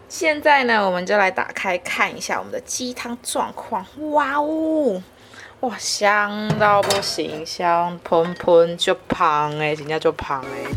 现在呢，我们就来打开看一下我们的鸡汤状况。哇哦，哇，香到不行，香喷喷就香诶，真的就香诶。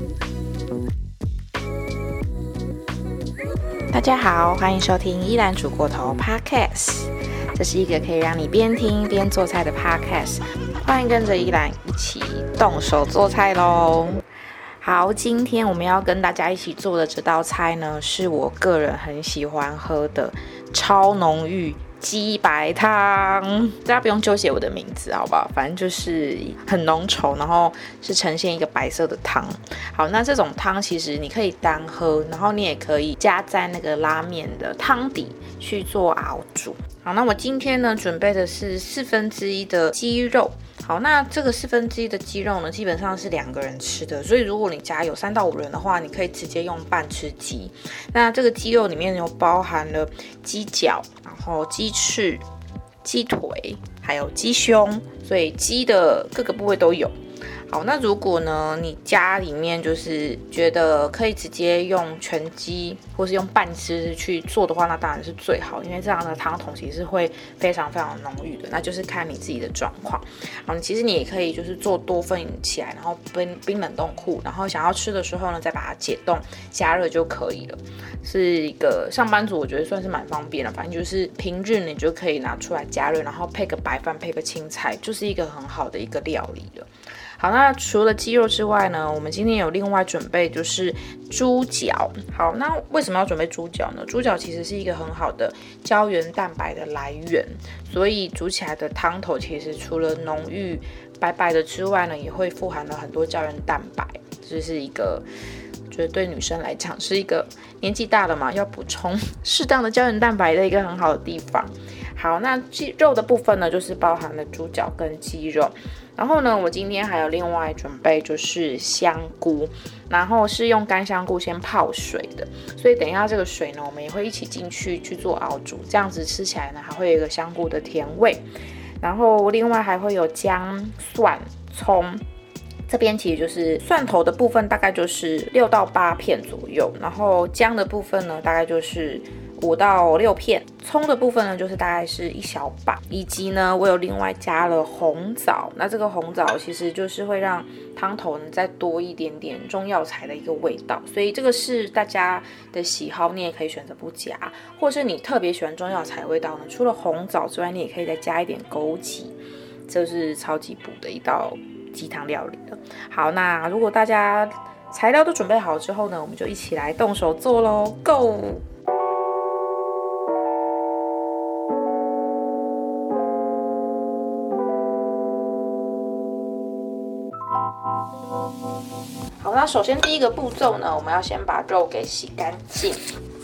大家好，欢迎收听依兰煮过头 Podcast， 这是一个可以让你边听边做菜的 Podcast， 欢迎跟着依兰一起动手做菜咯。好，今天我们要跟大家一起做的这道菜呢，是我个人很喜欢喝的超浓郁鸡白汤。大家不用纠结我的名字好不好，反正就是很浓稠，然后是呈现一个白色的汤。好，那这种汤其实你可以单喝，然后你也可以加在那个拉面的汤底去做熬煮。好，那我今天呢准备的是1/4的鸡肉。好，那这个1/4的鸡肉呢，基本上是2个人吃的，所以如果你家有3到5人的话，你可以直接用半吃鸡。那这个鸡肉里面有包含了鸡脚，然后鸡翅、鸡腿，还有鸡胸，所以鸡的各个部位都有。好，那如果呢，你家里面就是觉得可以直接用全鸡或是用半只去做的话，那当然是最好，因为这样的汤头其实会非常非常浓郁的，那就是看你自己的状况。其实你也可以就是做多份起来，然后冰冷冻库，然后想要吃的时候呢，再把它解冻加热就可以了。是一个上班族，我觉得算是蛮方便的，反正就是平日你就可以拿出来加热，然后配个白饭，配个青菜，就是一个很好的一个料理了。好，那除了鸡肉之外呢，我们今天有另外准备就是猪脚。好，那为什么要准备猪脚呢？猪脚其实是一个很好的胶原蛋白的来源，所以煮起来的汤头其实除了浓郁白白的之外呢，也会富含了很多胶原蛋白，这是一个我觉得对女生来讲是一个年纪大了嘛，要补充适当的胶原蛋白的一个很好的地方。好，那鸡肉的部分呢，就是包含了猪脚跟鸡肉。然后呢，我今天还有另外准备就是香菇，然后是用干香菇先泡水的，所以等一下这个水呢，我们也会一起进去做熬煮，这样子吃起来呢，还会有一个香菇的甜味。然后另外还会有姜、蒜、葱。这边其实就是蒜头的部分，大概就是6到8片左右，然后姜的部分呢，大概就是5到6片，葱的部分呢，就是大概是1小把，以及呢，我有另外加了红枣。那这个红枣其实就是会让汤头呢再多一点点中药材的一个味道，所以这个是大家的喜好，你也可以选择不加，或是你特别喜欢中药材味道呢，除了红枣之外，你也可以再加一点枸杞，这是超级补的一道鸡汤料理了。好，那如果大家材料都准备好之后呢，我们就一起来动手做咯 ，Go！好，那首先第一个步骤呢，我们要先把肉给洗干净。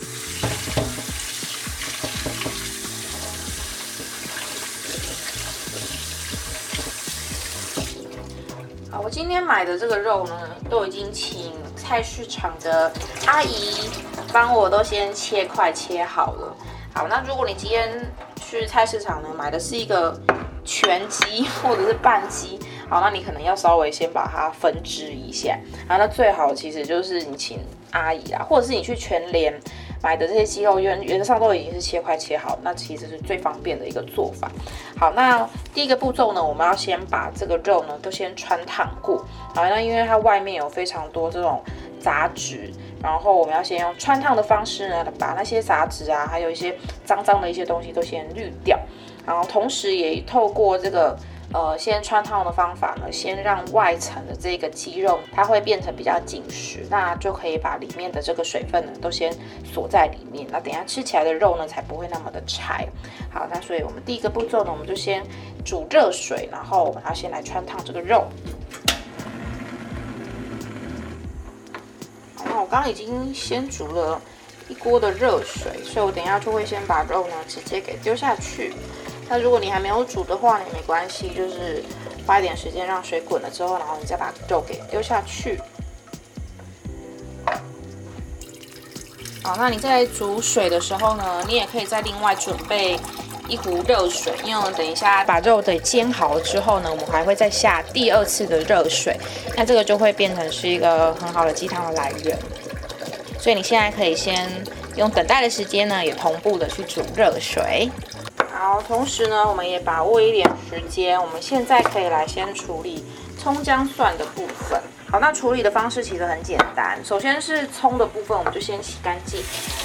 好，我今天买的这个肉呢，都已经请菜市场的阿姨帮我都先切块切好了。好，那如果你今天去菜市场呢，买的是一个全鸡或者是半鸡，好，那你可能要稍微先把它分支一下。好，那最好其实就是你请阿姨啊，或者是你去全联买的这些鸡肉原则上都已经是切块切好，那其实是最方便的一个做法。好，那第一个步骤呢，我们要先把这个肉呢都先穿烫过。好，那因为它外面有非常多这种杂质，然后我们要先用穿烫的方式呢，把那些杂质啊，还有一些脏脏的一些东西都先滤掉。然后同时也透过这个先穿烫的方法呢，先让外层的这个鸡肉它会变成比较紧实，那就可以把里面的这个水分呢都先锁在里面，那等一下吃起来的肉呢才不会那么的柴。好，那所以我们第一个步骤呢，我们就先煮热水，然后我们要先来穿烫这个肉。好，那我刚刚已经先煮了一锅的热水，所以我等一下就会先把肉呢直接给丢下去。那如果你还没有煮的话呢，也没关系，就是花一点时间让水滚了之后，然后你再把肉给丢下去。好，那你在煮水的时候呢，你也可以再另外准备1壶热水，因为我们等一下把肉给煎好了之后呢，我们还会再下第2次的热水，那这个就会变成是一个很好的鸡汤的来源。所以你现在可以先用等待的时间呢，也同步的去煮热水。好，同时呢，我们也把握一点时间，我们现在可以来先处理葱姜蒜的部分。好，那处理的方式其实很简单，首先是葱的部分，我们就先洗干净。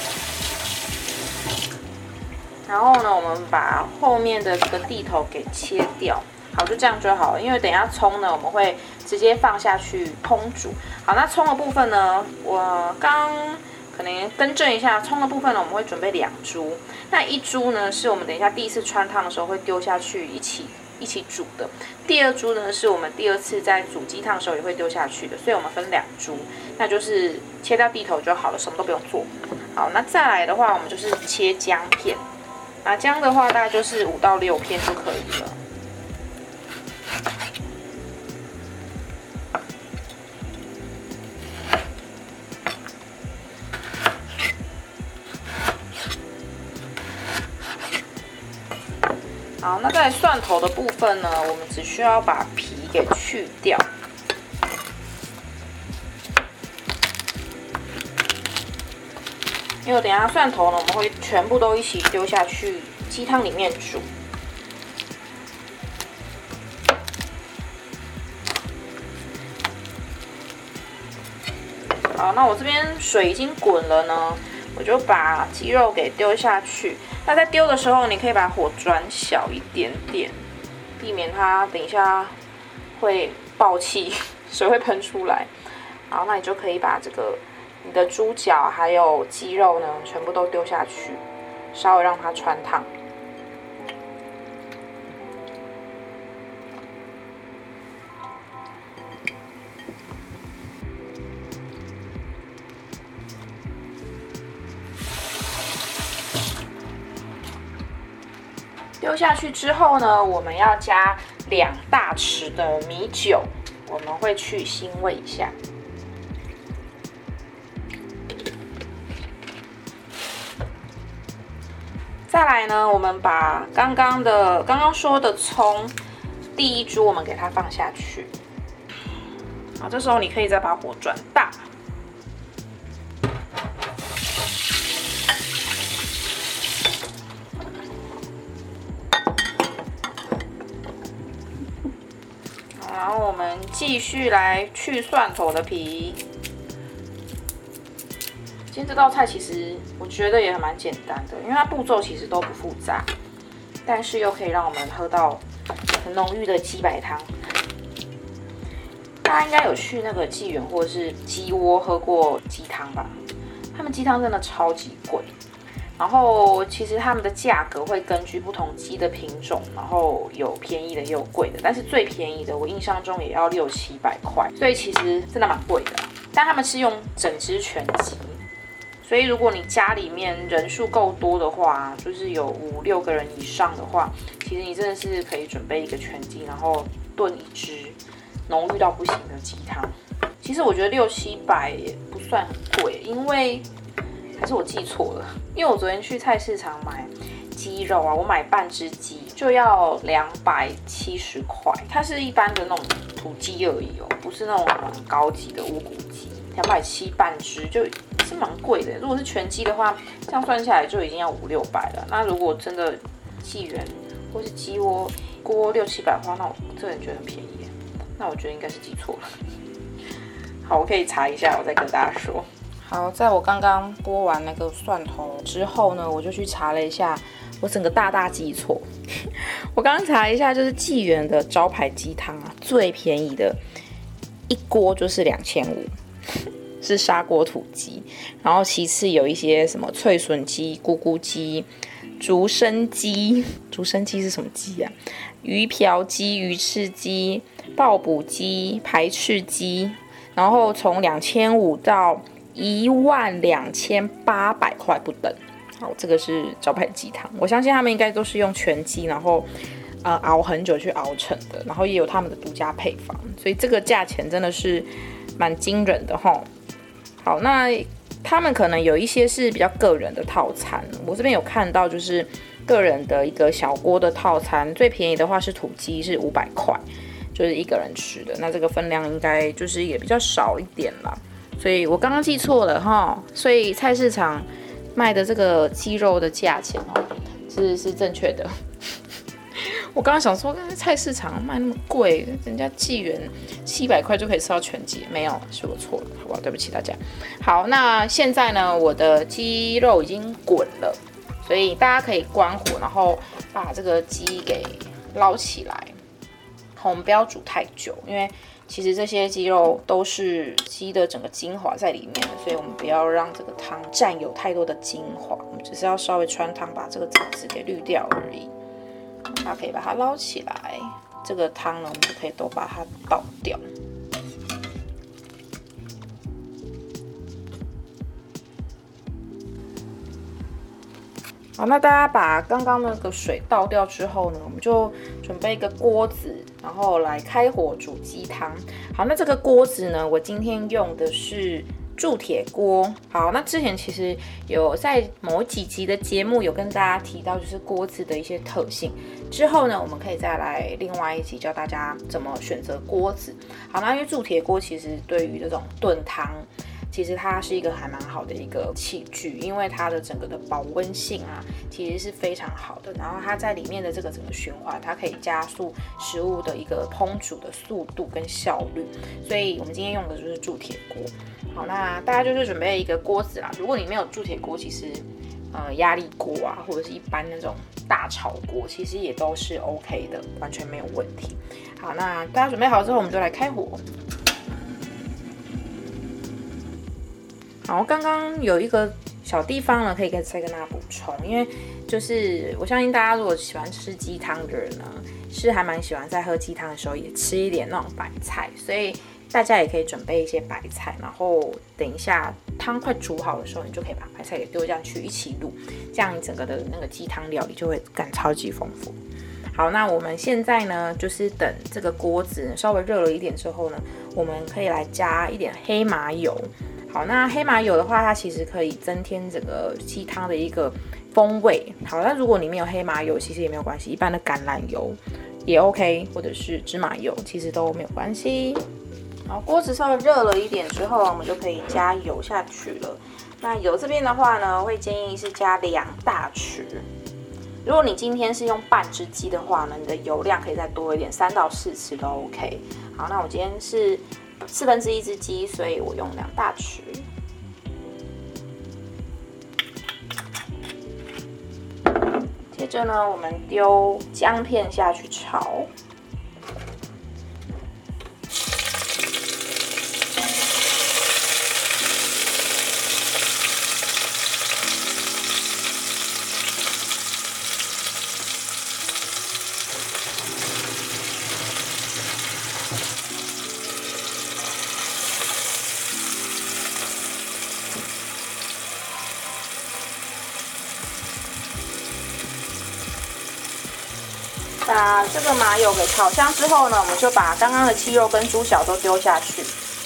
然后呢，我们把后面的这个蒂头给切掉。好，就这样就好了。因为等一下葱呢，我们会直接放下去烹煮。好，那葱的部分呢，我刚可能更正一下，葱的部分呢，我们会准备2株。那1株呢，是我们等一下第1次穿烫的时候会丢下去一起煮的。第2株呢，是我们第2次在煮鸡汤的时候也会丢下去的。所以我们分2株，那就是切掉蒂头就好了，什么都不用做。好，那再来的话，我们就是切姜片。那姜的话，大概就是5到6片就可以了。好，那在蒜头的部分呢，我们只需要把皮给去掉。因为等一下蒜头呢，我们会全部都一起丢下去鸡汤里面煮。好，那我这边水已经滚了呢，我就把鸡肉给丢下去。那在丢的时候，你可以把火转小一点点，避免它等一下会爆气，水会喷出来。好，那你就可以把这个你的猪脚还有鸡肉呢，全部都丢下去，稍微让它穿烫。丢下去之后呢，我们要加2大匙的米酒，我们会去腥味一下。再来呢，我们把刚刚说的葱，第1株我们给它放下去。好，这时候你可以再把火转大。然后我们继续来去蒜头的皮。今天这道菜其实我觉得也还蛮简单的，因为它步骤其实都不复杂，但是又可以让我们喝到很浓郁的鸡白汤。大家应该有去那个纪元或者是鸡窝喝过鸡汤吧？他们鸡汤真的超级贵，然后其实他们的价格会根据不同鸡的品种，然后有便宜的也有贵的，但是最便宜的我印象中也要600-700块，所以其实真的蛮贵的。但他们是用整只全鸡。所以如果你家里面人数够多的话，就是有5-6个人以上的话，其实你真的是可以准备一个全鸡，然后炖一只浓郁到不行的鸡汤。其实我觉得600-700也不算很贵，因为还是我记错了，因为我昨天去菜市场买鸡肉啊，我买半只鸡就要270块，它是一般的那种土鸡而已哦，不是那种很高级的乌骨鸡，270半只就是蛮贵的。如果是全鸡的话，这样算下来就已经要500-600了。那如果真的纪元或是鸡窝锅600-700的话，那我个人觉得很便宜，那我觉得应该是记错了。好，我可以查一下，我再跟大家说。好，在我刚刚剥完那个蒜头之后呢，我就去查了一下，我整个大记错。我刚刚查了一下，就是纪元的招牌鸡汤啊，最便宜的一锅就是2500，是砂锅土鸡。然后其次有一些什么脆笋鸡、咕咕鸡、竹升鸡，竹升鸡是什么鸡啊？鱼瓢鸡、鱼翅鸡、爆补鸡、排翅鸡，然后从2500到12800块不等。好，这个是招牌鸡汤，我相信他们应该都是用全鸡，然后熬很久去熬成的，然后也有他们的独家配方，所以这个价钱真的是蛮惊人的齁。好，那他们可能有一些是比较个人的套餐，我这边有看到就是个人的一个小锅的套餐，最便宜的话是土鸡是500块，就是一个人吃的，那这个分量应该就是也比较少一点啦，所以我刚刚记错了齁。所以菜市场卖的这个鸡肉的价钱哦，是正确的。我刚刚想说，菜市场卖那么贵，人家纪元700块就可以吃到全鸡，没有，是我错了，好不好？对不起大家。好，那现在呢，我的鸡肉已经滚了，所以大家可以关火，然后把这个鸡给捞起来。好，我们不要煮太久，因为其实这些鸡肉都是鸡的整个精华在里面，所以我们不要让这个汤占有太多的精华，我们只是要稍微穿汤把这个杂质给滤掉而已。大家可以把它捞起来，这个汤呢，我们就可以都把它倒掉。好，那大家把刚刚那个水倒掉之后呢，我们就准备一个锅子，然后来开火煮鸡汤。好，那这个锅子呢，我今天用的是铸铁锅。好，那之前其实有在某几集的节目有跟大家提到，就是锅子的一些特性。之后呢，我们可以再来另外一集教大家怎么选择锅子。好，那因为铸铁锅其实对于这种炖汤，其实它是一个还蛮好的一个器具，因为它的整个的保温性啊，其实是非常好的。然后它在里面的这个整个循环，它可以加速食物的一个烹煮的速度跟效率。所以我们今天用的就是铸铁锅。好，那大家就是准备一个锅子啦。如果你没有铸铁锅，其实压力锅啊，或者是一般那种大炒锅，其实也都是 OK 的，完全没有问题。好，那大家准备好之后，我们就来开火。好，刚刚有一个小地方呢，可以再跟大家补充，因为就是我相信大家如果喜欢吃鸡汤的人呢，是还蛮喜欢在喝鸡汤的时候也吃一点那种白菜，所以大家也可以准备一些白菜，然后等一下汤快煮好的时候，你就可以把白菜给丢下去一起卤，这样你整个的那个鸡汤料理就会感超级丰富。好，那我们现在呢，就是等这个锅子稍微热了一点之后呢，我们可以来加一点黑麻油。好，那黑麻油的话，它其实可以增添整个鸡汤的一个风味。好，那如果你没有黑麻油，其实也没有关系，一般的橄榄油也 OK， 或者是芝麻油，其实都没有关系。好，锅子稍微热了一点之后，我们就可以加油下去了。那油这边的话呢，会建议是加2大匙。如果你今天是用半只鸡的话呢，你的油量可以再多一点，3到4匙都 OK。好，那我今天是1/4只鸡，所以我用2大匙。接着呢，我们丢姜片下去炒。把这个麻油给炒香之后呢，我们就把刚刚的鸡肉跟猪小都丢下去。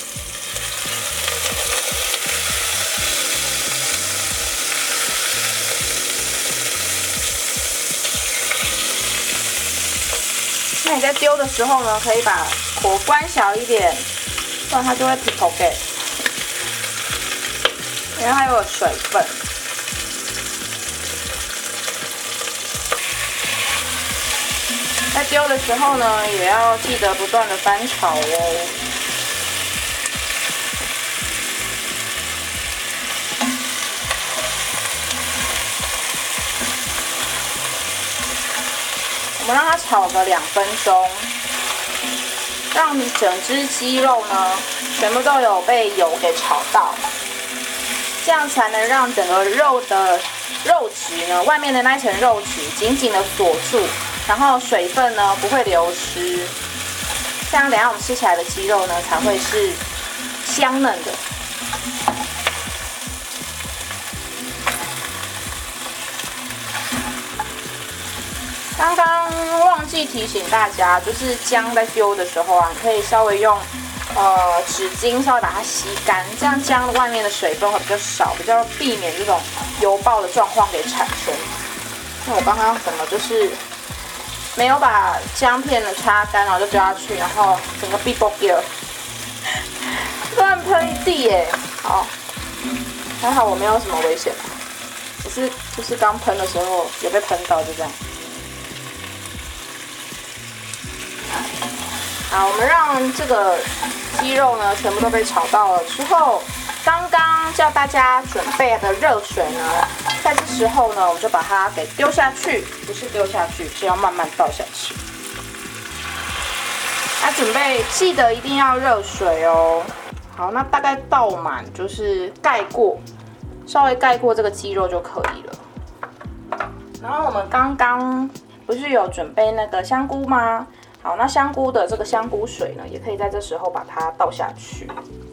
那你在丢的时候呢，可以把火关小一点，不然它就会皮口给，因为它有水分。在丢的时候呢，也要记得不断的翻炒哦。我们让它炒个2分钟，让整只鸡肉呢全部都有被油给炒到，这样才能让整个肉的肉质呢，外面的那一层肉质紧紧的锁住。然后水分呢不会流失，这样等一下我们吃起来的鸡肉呢才会是香嫩的。刚刚忘记提醒大家，就是姜在丢的时候啊，你可以稍微用纸巾稍微把它吸干，这样姜外面的水分会比较少，比较避免这种油爆的状况给产生。那我刚刚怎么就是没有把姜片的擦干，然后就丢下去，然后整个 big ball 乱喷一地耶！好，还好我没有什么危险。 只是就是刚喷的时候有被喷到，就这样。好，我们让这个鸡肉呢全部都被炒到了之后，刚刚叫大家准备的热水呢，在这时候呢，我们就把它给丢下去，不是丢下去，是要慢慢倒下去。准备记得一定要热水哦。好，那大概倒满，就是盖过，稍微盖过这个鸡肉就可以了。然后我们刚刚不是有准备那个香菇吗？好，那香菇的这个香菇水呢，也可以在这时候把它倒下去。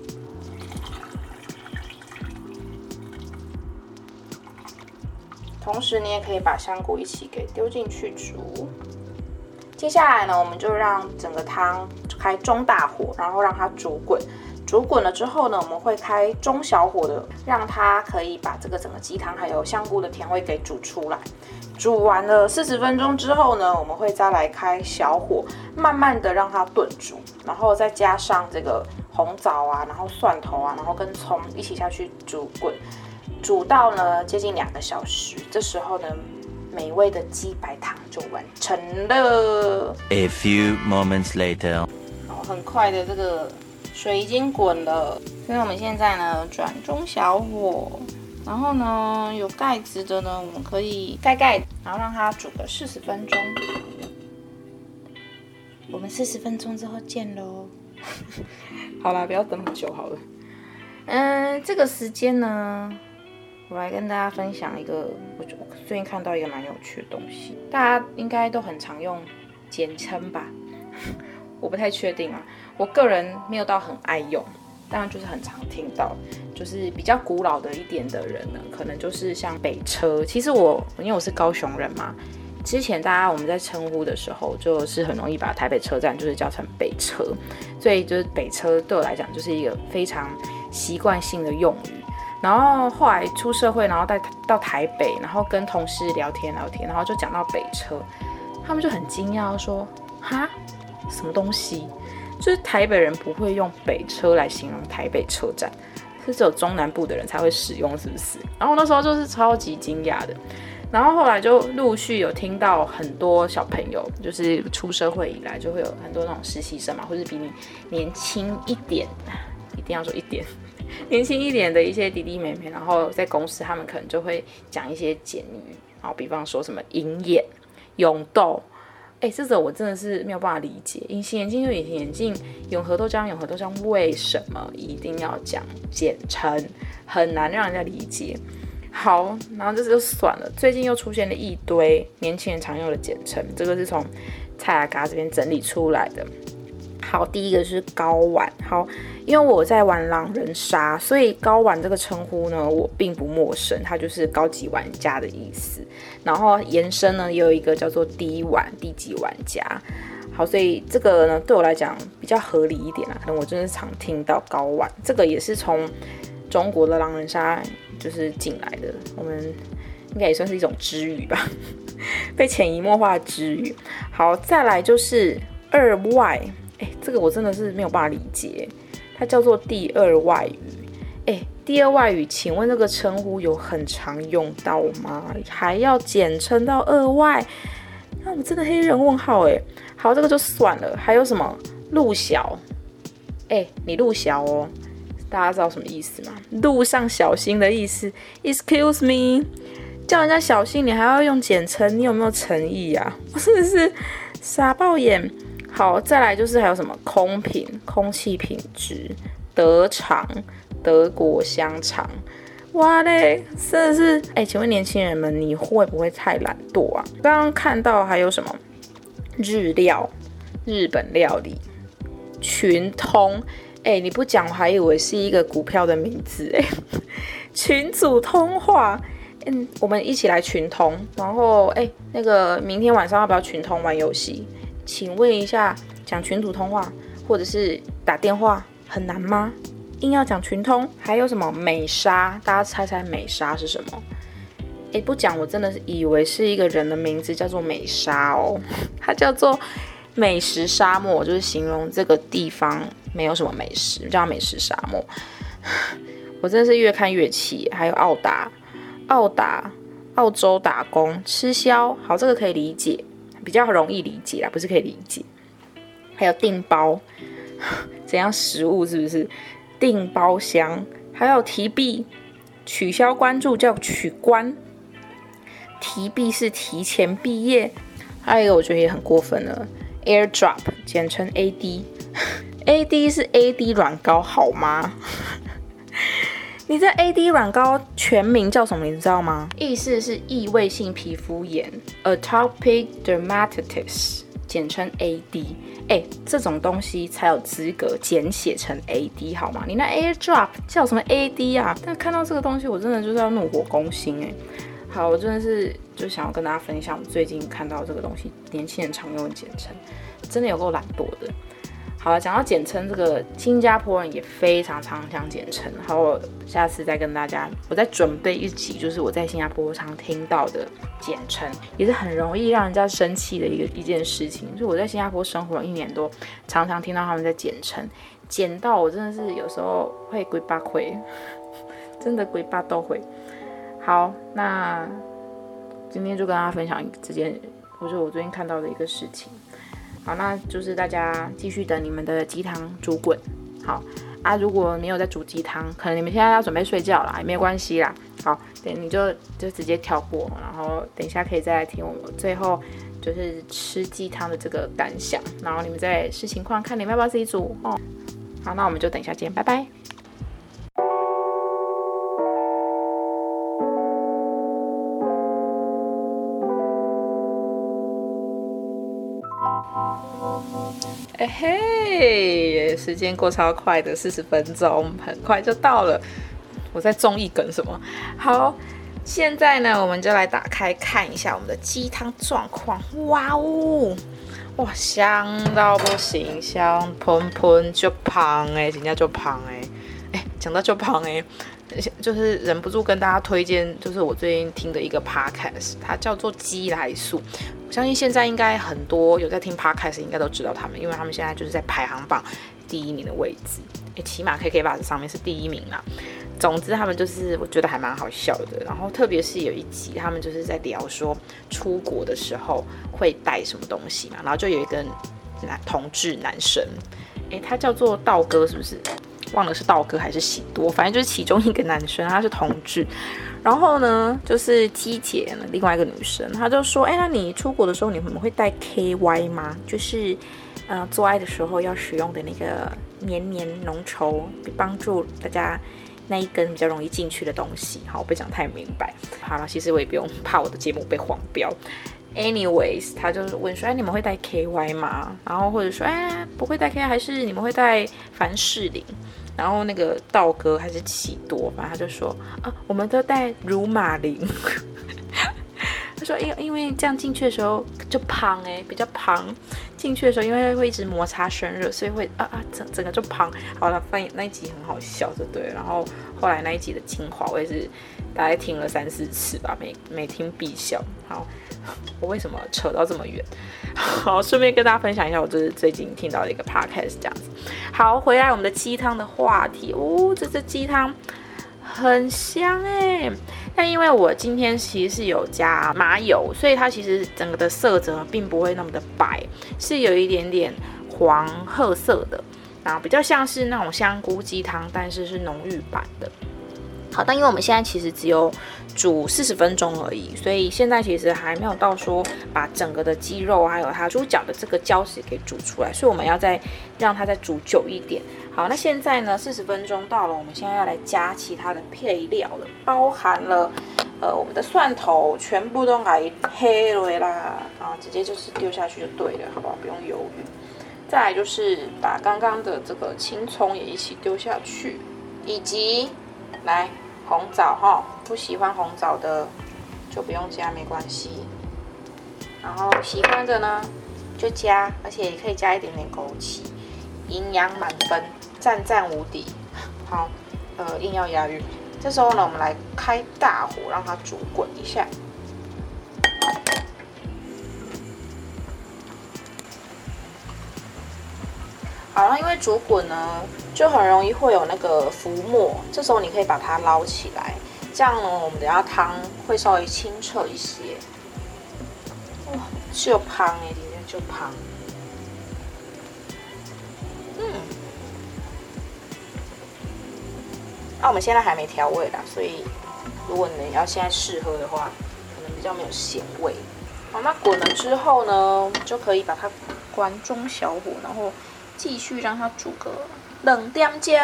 同时你也可以把香菇一起给丢进去煮。接下来呢，我们就让整个汤开中大火，然后让它煮滚。煮滚了之后呢，我们会开中小火的，让它可以把这个整个鸡汤还有香菇的甜味给煮出来。煮完了40分钟之后呢，我们会再来开小火，慢慢的让它炖煮，然后再加上这个红枣啊，然后蒜头啊，然后跟葱一起下去煮滚，煮到呢接近2个小时。这时候呢，美味的鸡白汤就完成了。 A few moments later， 很快的这个水已经滚了，所以我们现在呢转中小火，然后呢有盖子的呢，我们可以盖盖，然后让它煮个40分钟。我们40分钟之后见咯。好啦，不要等那么久好了。这个时间呢，我来跟大家分享一个我最近看到一个蛮有趣的东西，大家应该都很常用简称吧？我不太确定啊，我个人没有到很爱用，当然就是很常听到。就是比较古老的一点的人呢，可能就是像北车。其实因为我是高雄人嘛，之前我们在称呼的时候，就是很容易把台北车站就是叫成北车，所以就是北车对我来讲就是一个非常习惯性的用语。然后后来出社会，然后到台北，然后跟同事聊天，然后就讲到北车，他们就很惊讶说：“哈，什么东西？就是台北人不会用北车来形容台北车站。”是只有中南部的人才会使用，是不是？然后那时候就是超级惊讶的，然后后来就陆续有听到很多小朋友，就是出社会以来就会有很多那种实习生嘛，或是比你年轻一点，一定要说一点，年轻一点的一些弟弟妹妹，然后在公司他们可能就会讲一些简语，然后比方说什么银眼、永豆。这个我真的是没有办法理解，隐形眼镜就隐形眼镜，永和豆浆为什么一定要讲简称，很难让人家理解。好，然后这就算了，最近又出现了一堆年轻人常用的简称，这个是从蔡阿嘎这边整理出来的。好，第一个是高玩。好，因为我在玩狼人杀，所以高玩这个称呼呢，我并不陌生，它就是高级玩家的意思。然后延伸呢，也有一个叫做低玩，低级玩家。好，所以这个呢，对我来讲比较合理一点啦。可能我真的常听到高玩，这个也是从中国的狼人杀就是进来的，我们应该也算是一种支语吧，被潜移默化的支语。好，再来就是二外。这个我真的是没有办法理解，它叫做第二外语。第二外语，请问这个称呼有很常用到吗？还要简称到二外？那我真的黑人问号。好，这个就算了。还有什么路小？你路小哦，大家知道什么意思吗？路上小心的意思。Excuse me， 叫人家小心，你还要用简称，你有没有诚意啊？我真的是傻爆眼。好，再来就是还有什么空品、空气品质、德肠、德国香肠，哇嘞，真的是请问年轻人们，你会不会太懒惰啊？刚刚看到还有什么日料、日本料理、群通，你不讲我还以为是一个股票的名字群组通话。我们一起来群通，然后那个明天晚上要不要群通玩游戏？请问一下，讲群组通话或者是打电话很难吗？硬要讲群通。还有什么美沙？大家猜猜美沙是什么？不讲我真的是以为是一个人的名字，叫做美沙哦。它叫做美食沙漠，就是形容这个地方没有什么美食，叫美食沙漠。我真的是越看越气。还有澳达， 澳洲打工吃宵，好，这个可以理解，比较容易理解啦，不是可以理解。还有订包，怎样食物是不是？订包厢，还有提币，取消关注叫取关，提币是提前毕业。还有一个我觉得也很过分了 ，AirDrop 简称 AD，AD 是 AD 软膏好吗？你这 AD 软膏全名叫什么？你知道吗？意思是异位性皮肤炎 ，Atopic dermatitis， 简称 AD。这种东西才有资格简写成 AD 好吗？你那 AirDrop 叫什么 AD 啊？但看到这个东西，我真的就是要怒火攻心好，我真的是就想要跟大家分享，我最近看到这个东西，年轻人常用的简称，真的有够懒惰的。好了，讲到简称，这个新加坡人也非常常讲简称。好，我下次再跟大家，我再准备一集，就是我在新加坡常听到的简称，也是很容易让人家生气的一件事情。就我在新加坡生活了1年多，常常听到他们在简称，简到我真的是有时候会鬼巴会，真的鬼巴都会。好，那今天就跟大家分享这件，我最近看到的一个事情。好，那就是大家继续等你们的鸡汤煮滚。好啊，如果没有在煮鸡汤，可能你们现在要准备睡觉啦，也没有关系啦。好，对，你就直接跳过，然后等一下可以再来听我们最后就是吃鸡汤的这个感想，然后你们再视情况看你们要不要自己煮哦。好，那我们就等一下见，拜拜。嘿，时间过超快的，40分钟，很快就到了。我在综艺梗什么？好，现在呢，我们就来打开看一下我们的鸡汤状况。哇哦，哇，香到不行，香喷喷就胖人家就胖讲到就胖就是忍不住跟大家推荐，就是我最近听的一个 podcast， 它叫做鸡来素。我相信现在应该很多有在听 podcast 应该都知道他们，因为他们现在就是在排行榜第1名的位置，起码 KKBOX 上面是第1名啦。总之他们就是我觉得还蛮好笑的，然后特别是有一集他们就是在聊说出国的时候会带什么东西嘛，然后就有一个同志男生，他叫做道哥是不是？忘了是道哥还是喜多，反正就是其中一个男生，他是同志。然后呢，就是T姐呢，另外一个女生，她就说：“那你出国的时候，你们会带 KY 吗？就是做爱的时候要使用的那个黏黏浓稠，帮助大家那一根比较容易进去的东西。”好，我不讲太明白。好了，其实我也不用怕我的节目被黄标。Anyways， 他就是问说：“你们会带 KY 吗？”然后或者说：“不会带 KY， 还是你们会带凡士林？”然后那个道哥还是喜多，反正他就说：“我们都带乳玛琳。”他说：“因为这样进去的时候就胖比较胖。进去的时候因为会一直摩擦生热，所以会整个就胖。”好了，发现那一集很好笑，就对了。然后后来那一集的精华，我也是大概听了3-4次吧，每听必笑。好，我为什么扯到这么远？好，顺便跟大家分享一下，我就是最近听到的一个 podcast 这样子。好，回来我们的鸡汤的话题这鸡汤很香但因为我今天其实是有加麻油，所以它其实整个的色泽并不会那么的白，是有一点点黄褐色的，然后比较像是那种香菇鸡汤，但是是浓郁版的。好，但因为我们现在其实只有煮40分钟而已，所以现在其实还没有到说把整个的鸡肉还有它猪脚的这个胶质给煮出来，所以我们要再让它再煮久一点。好，那现在呢40分钟到了，我们现在要来加其他的配料了，包含了我们的蒜头全部都来黑了啦，然后直接就是丢下去就对了，好不好？不用犹豫。再来就是把刚刚的这个青葱也一起丢下去，以及来红枣不喜欢红枣的就不用加，没关系。然后喜欢的呢就加，而且也可以加一点点枸杞，营养满分，赞赞无敌。好，硬要押韵。这时候呢，我们来开大火让它煮滚一下。好，那因为煮滚呢，就很容易会有那个浮沫，这时候你可以把它捞起来， 这样呢，我们等下汤会稍微清澈一些。哇，就香哎，今天就香。那我们现在还没调味啦，所以如果你们要现在试喝的话，可能比较没有咸味。好，那滚了之后呢，就可以把它关中小火，然后继续让它煮个2点钟。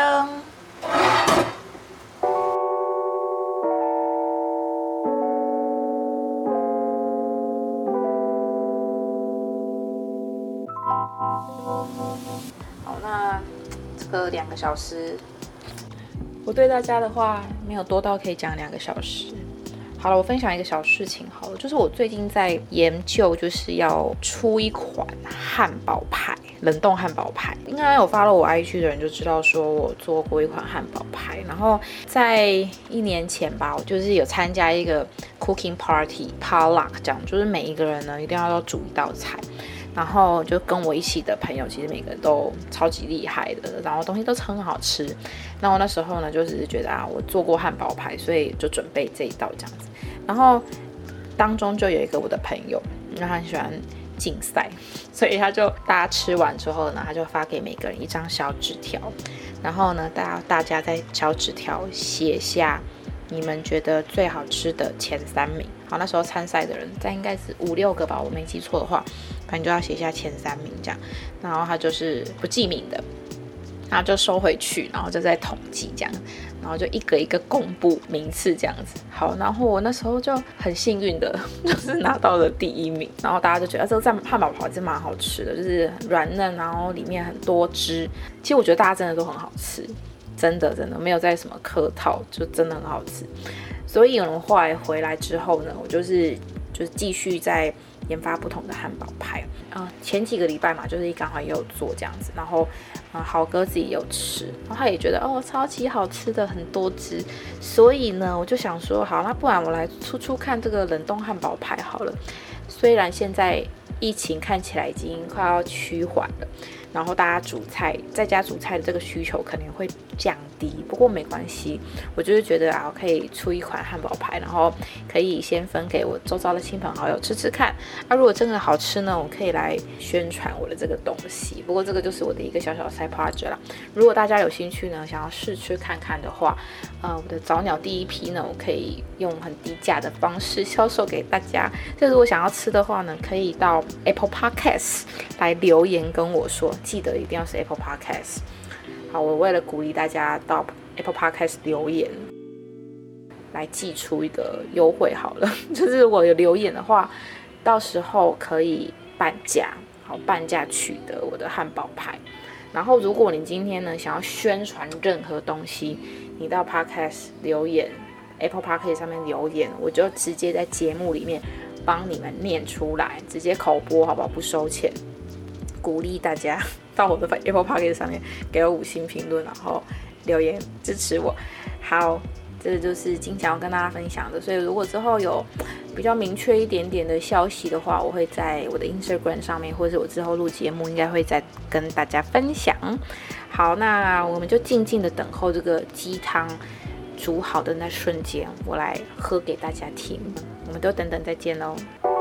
好，那这个2个小时，我对大家的话没有多到可以讲2个小时。好了，我分享一个小事情好了，就是我最近在研究，就是要出一款汉堡派，冷冻汉堡派。应该有follow我 IG 的人就知道，说我做过一款汉堡派。然后在1年前吧，我就是有参加一个 cooking party potluck， 这样就是每一个人呢一定要煮一道菜。然后就跟我一起的朋友，其实每个人都超级厉害的，然后东西都很好吃。那我那时候呢，就只是觉得我做过汉堡排，所以就准备这一道这样子。然后当中就有一个我的朋友，他很喜欢竞赛，所以他就大家吃完之后呢，他就发给每个人一张小纸条，然后呢，大家在小纸条写下你们觉得最好吃的前3名。好，那时候参赛的人在应该是5-6个吧，我没记错的话，反正就要写下前3名这样。然后他就是不记名的，然后就收回去，然后就再统计这样，然后就一个一个公布名次这样子。好，然后我那时候就很幸运的，就是拿到了第1名。然后大家就觉得这个汉堡排真蛮好吃的，就是软嫩，然后里面很多汁。其实我觉得大家真的都很好吃，真的没有在什么客套，就真的很好吃。所以我后来回来之后呢，我就是继续在研发不同的汉堡派。前几个礼拜嘛，就是刚好也有做这样子，然后豪哥自己也有吃，然后他也觉得超级好吃的，很多汁。所以呢，我就想说，好，那不然我来出看这个冷冻汉堡派好了。虽然现在疫情看起来已经快要趋缓了，然后大家在家煮菜的这个需求可能会降低，不过没关系，我就是觉得我可以出一款汉堡排，然后可以先分给我周遭的亲朋好友吃看。如果真的好吃呢，我可以来宣传我的这个东西。不过这个就是我的一个小小的 side project 啦。如果大家有興趣呢，想要试吃看看的话，我的早鸟第1批呢，我可以用很低价的方式销售给大家。如果想要吃的话呢，可以到 Apple Podcast 来留言跟我说，记得一定要是 Apple Podcast。好，我为了鼓励大家到 Apple Podcast 留言，来寄出一个优惠好了，就是如果有留言的话，到时候可以半价，半价取得我的汉堡排。然后如果你今天呢想要宣传任何东西，你到 Podcast 留言 ，Apple Podcast 上面留言，我就直接在节目里面帮你们念出来，直接口播，好不好？不收钱，鼓励大家到我的 Apple Podcast 上面给我5星评论，然后留言支持我。好，这就是今天要跟大家分享的。所以如果之后有比较明确一点点的消息的话，我会在我的 Instagram 上面，或者是我之后录节目应该会再跟大家分享。好，那我们就静静的等候这个鸡汤煮好的那瞬间，我来喝给大家听。我们都等等再见咯。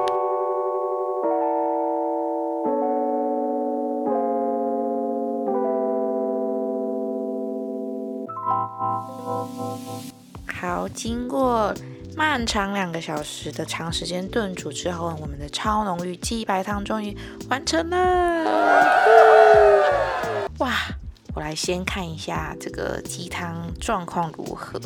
好，经过漫长2个小时的长时间炖煮之后，我们的超浓郁鸡白汤终于完成了。哇，我来先看一下这个鸡汤状况如何。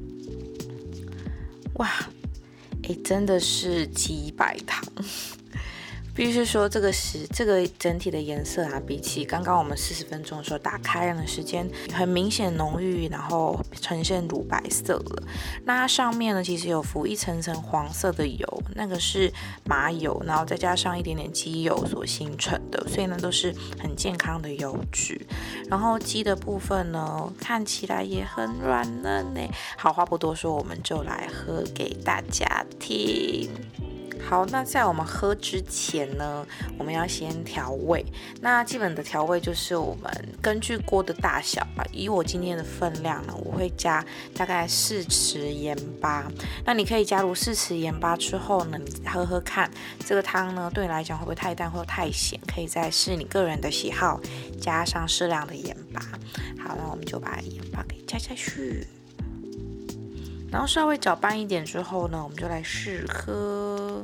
哇，真的是鸡白汤。必须说这个整体的颜色比起刚刚我们40分钟的时候打开量的时间很明显浓郁，然后呈现乳白色了。那它上面呢其实有浮一层层黄色的油，那个是麻油，然后再加上一点点鸡油所形成的，所以呢都是很健康的油脂。然后鸡的部分呢看起来也很软嫩耶。好，话不多说，我们就来喝给大家听。 好，那在我们喝之前呢，我们要先调味。那基本的调味就是我们根据锅的大小吧，以我今天的分量呢，我会加大概4匙盐巴。那你可以加入4匙盐巴之后呢，你喝喝看，这个汤呢对你来讲会不会太淡或太咸？可以再视你个人的喜好，加上适量的盐巴。好，那我们就把盐巴给加下去。然后稍微搅拌一点之后呢，我们就来试喝。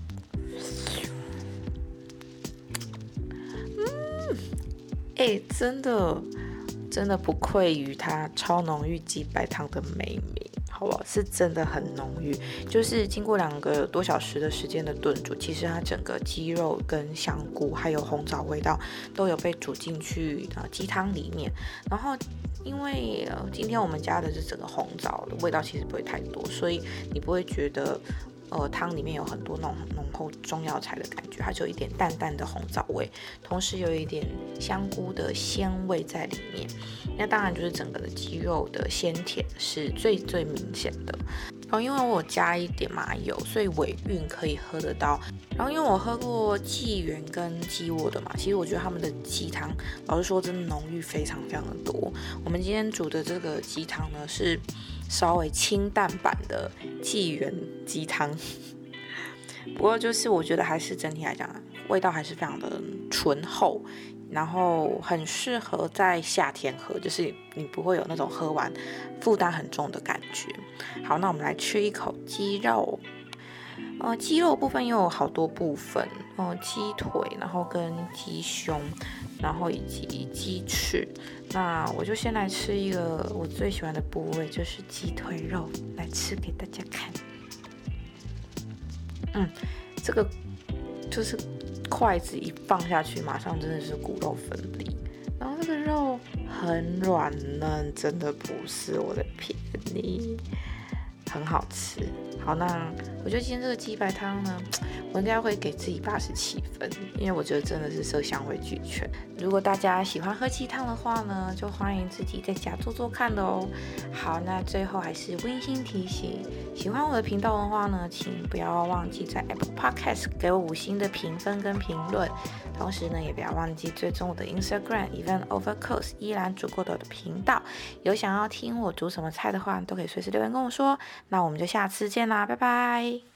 真的不愧于它超浓郁鸡白汤的美名，好不好？是真的很浓郁，就是经过2个多小时的时间的炖煮，其实它整个鸡肉跟香菇还有红枣味道都有被煮进去鸡汤里面。然后因为今天我们加的是整个红枣的味道，其实不会太多，所以你不会觉得汤里面有很多那种浓厚中药材的感觉，它就有一点淡淡的红枣味，同时有一点香菇的鲜味在里面。那当然就是整个的鸡肉的鲜甜是最明显的。因为我有加一点麻油，所以尾韵可以喝得到。然后因为我喝过纪元跟鸡窝的嘛，其实我觉得他们的鸡汤，老实说真的浓郁非常的多。我们今天煮的这个鸡汤呢，是稍微清淡版的纪元鸡汤，不过就是我觉得还是整体来讲，味道还是非常的醇厚，然后很适合在夏天喝，就是你不会有那种喝完负担很重的感觉。好，那我们来吃一口鸡肉。鸡肉部分又有好多部分，鸡腿，然后跟鸡胸，然后以及鸡翅。那我就先来吃一个我最喜欢的部位，就是鸡腿肉，来吃给大家看。这个就是筷子一放下去，马上真的是骨肉分离。然后这个肉很软嫩，真的不是我的骗你，很好吃。好，那我觉得今天这个鸡白汤呢，我应该会给自己87分，因为我觉得真的是色香味俱全。如果大家喜欢喝鸡汤的话呢，就欢迎自己在家做做看的哦。好，那最后还是温馨提醒，喜欢我的频道的话呢，请不要忘记在 Apple Podcast 给我5星的评分跟评论，同时呢，也不要忘记追踪我的 Instagram Event Overcooked 依然煮过的频道。有想要听我煮什么菜的话，都可以随时留言跟我说。那我们就下次见啦，拜拜。